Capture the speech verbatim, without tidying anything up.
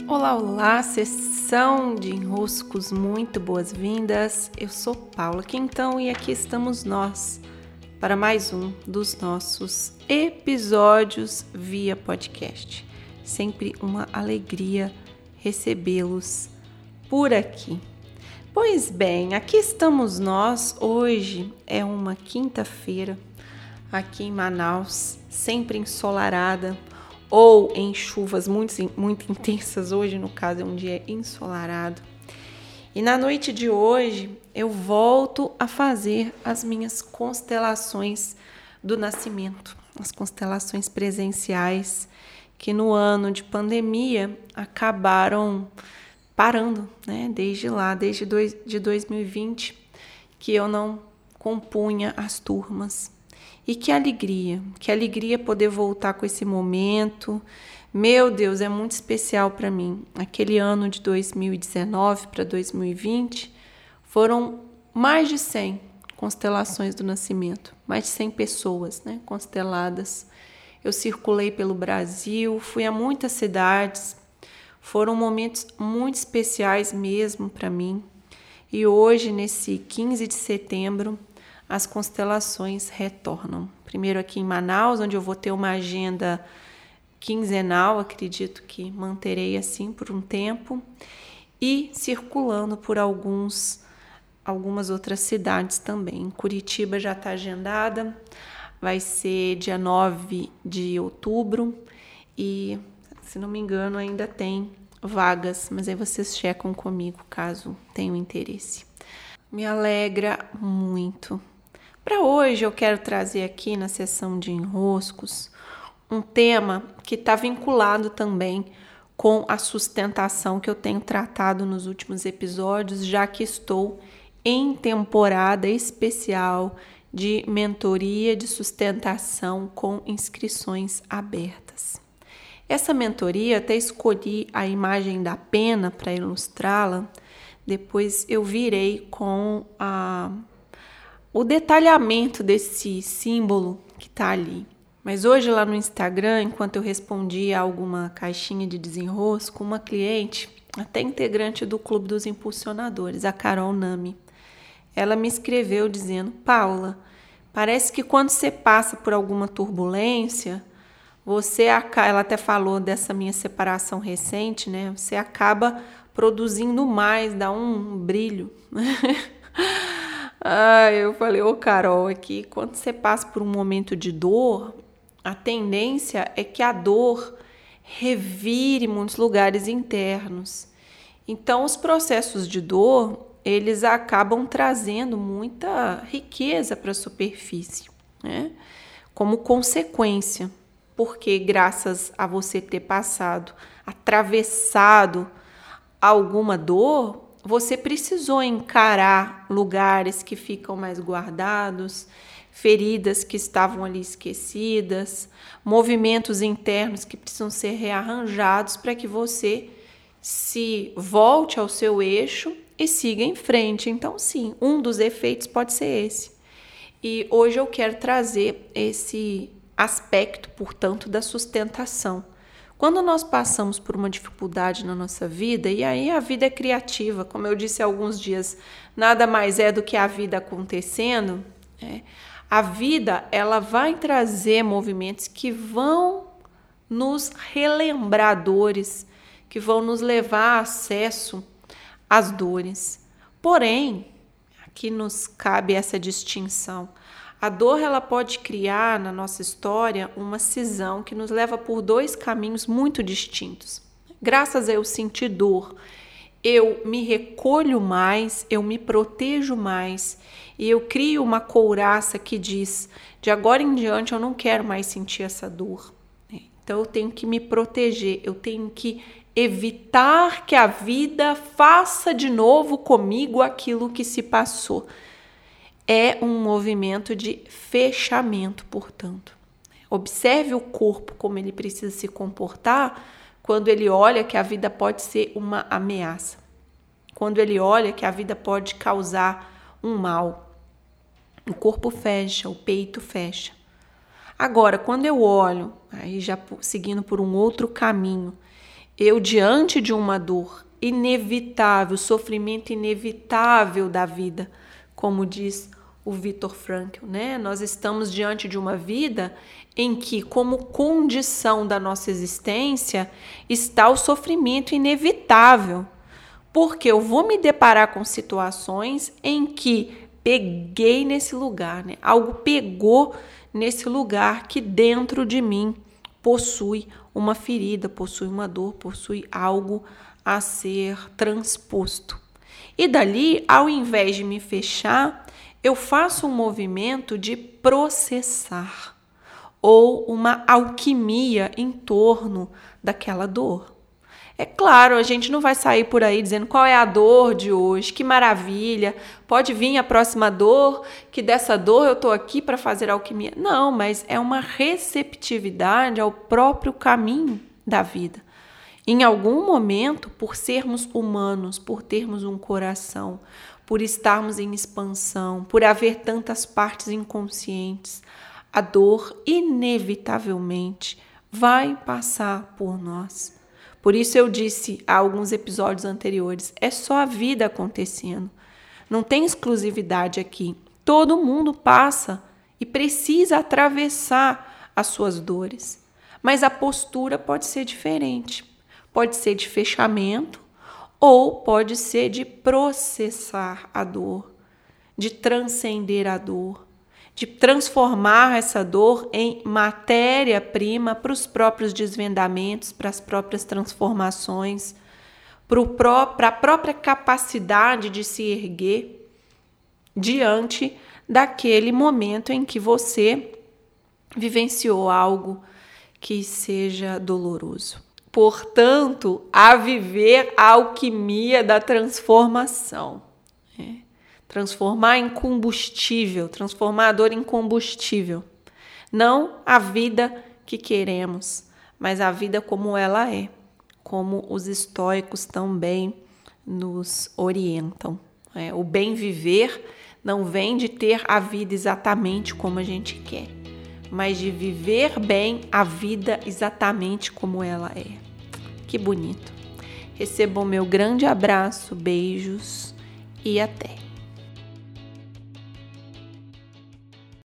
Olá, olá, sessão de enroscos, muito boas-vindas. Eu sou Paula Quintão e aqui estamos nós para mais um dos nossos episódios via podcast. Sempre uma alegria recebê-los por aqui. Pois bem, aqui estamos nós. Hoje é uma quinta-feira aqui em Manaus, sempre ensolarada ou em chuvas muito, muito intensas. Hoje, no caso, é um dia ensolarado. E na noite de hoje, eu volto a fazer as minhas constelações do nascimento, as constelações presenciais que no ano de pandemia acabaram parando, né? Desde lá, desde dois, de dois mil e vinte, que eu não compunha as turmas. E que alegria, que alegria poder voltar com esse momento. Meu Deus, é muito especial para mim. Aquele ano de dois mil e dezenove para dois mil e vinte foram mais de cem constelações do nascimento, mais de cem pessoas, né, consteladas. Eu circulei pelo Brasil, fui a muitas cidades. Foram momentos muito especiais mesmo para mim. E hoje, nesse quinze de setembro, as constelações retornam. Primeiro aqui em Manaus, onde eu vou ter uma agenda quinzenal, acredito que manterei assim por um tempo, e circulando por alguns, algumas outras cidades também. Curitiba já está agendada, vai ser dia nove de outubro e, se não me engano, ainda tem vagas, mas aí vocês checam comigo caso tenham interesse. Me alegra muito. Para hoje eu quero trazer aqui na sessão de enroscos um tema que está vinculado também com a sustentação que eu tenho tratado nos últimos episódios, já que estou em temporada especial de mentoria de sustentação com inscrições abertas. Essa mentoria, até escolhi a imagem da pena para ilustrá-la, depois eu virei com a o detalhamento desse símbolo que está ali. Mas hoje lá no Instagram, enquanto eu respondia a alguma caixinha de desenrosco, uma cliente, até integrante do Clube dos Impulsionadores, a Carol Nami, ela me escreveu dizendo: Paula, parece que quando você passa por alguma turbulência, você, ela até falou dessa minha separação recente, né? Você acaba produzindo mais, dá um brilho. Ah, eu falei, ô Carol, aqui, quando você passa por um momento de dor, a tendência é que a dor revire muitos lugares internos. Então, os processos de dor, eles acabam trazendo muita riqueza para a superfície, né? Como consequência, porque graças a você ter passado, atravessado alguma dor, você precisou encarar lugares que ficam mais guardados, feridas que estavam ali esquecidas, movimentos internos que precisam ser rearranjados para que você se volte ao seu eixo e siga em frente. Então, sim, um dos efeitos pode ser esse. E hoje eu quero trazer esse aspecto, portanto, da sustentação. Quando nós passamos por uma dificuldade na nossa vida, e aí a vida é criativa, como eu disse há alguns dias, nada mais é do que a vida acontecendo, né? A vida, ela vai trazer movimentos que vão nos relembrar dores, que vão nos levar a acesso às dores. Porém, aqui nos cabe essa distinção. A dor, ela pode criar na nossa história uma cisão que nos leva por dois caminhos muito distintos. Graças a eu sentir dor, eu me recolho mais, eu me protejo mais e eu crio uma couraça que diz: de agora em diante eu não quero mais sentir essa dor. Então eu tenho que me proteger, eu tenho que evitar que a vida faça de novo comigo aquilo que se passou. É um movimento de fechamento, portanto. Observe o corpo, como ele precisa se comportar quando ele olha que a vida pode ser uma ameaça. Quando ele olha que a vida pode causar um mal. O corpo fecha, o peito fecha. Agora, quando eu olho, aí já seguindo por um outro caminho, Eu, diante de uma dor inevitável, sofrimento inevitável da vida, como diz o Viktor Frankl, né? Nós estamos diante de uma vida em que, como condição da nossa existência, está o sofrimento inevitável. Porque eu vou me deparar com situações em que peguei nesse lugar, né? Algo pegou nesse lugar que dentro de mim possui uma ferida, possui uma dor, possui algo a ser transposto. E dali, ao invés de me fechar, eu faço um movimento de processar ou uma alquimia em torno daquela dor. É claro, a gente não vai sair por aí dizendo qual é a dor de hoje, que maravilha, pode vir a próxima dor, que dessa dor eu estou aqui para fazer alquimia. Não, mas é uma receptividade ao próprio caminho da vida. Em algum momento, por sermos humanos, por termos um coração, por estarmos em expansão, por haver tantas partes inconscientes, a dor inevitavelmente vai passar por nós. Por isso eu disse há alguns episódios anteriores, é só a vida acontecendo. Não tem exclusividade aqui. Todo mundo passa e precisa atravessar as suas dores. Mas a postura pode ser diferente. Pode ser de fechamento ou pode ser de processar a dor, de transcender a dor, de transformar essa dor em matéria-prima para os próprios desvendamentos, para as próprias transformações, para a própria capacidade de se erguer diante daquele momento em que você vivenciou algo que seja doloroso. Portanto, a viver a alquimia da transformação. É. Transformar em combustível, transformar a dor em combustível. Não a vida que queremos, mas a vida como ela é, como os estoicos também nos orientam. É, o bem viver não vem de ter a vida exatamente como a gente quer, mas de viver bem a vida exatamente como ela é. Que bonito. Recebam meu grande abraço, beijos e até.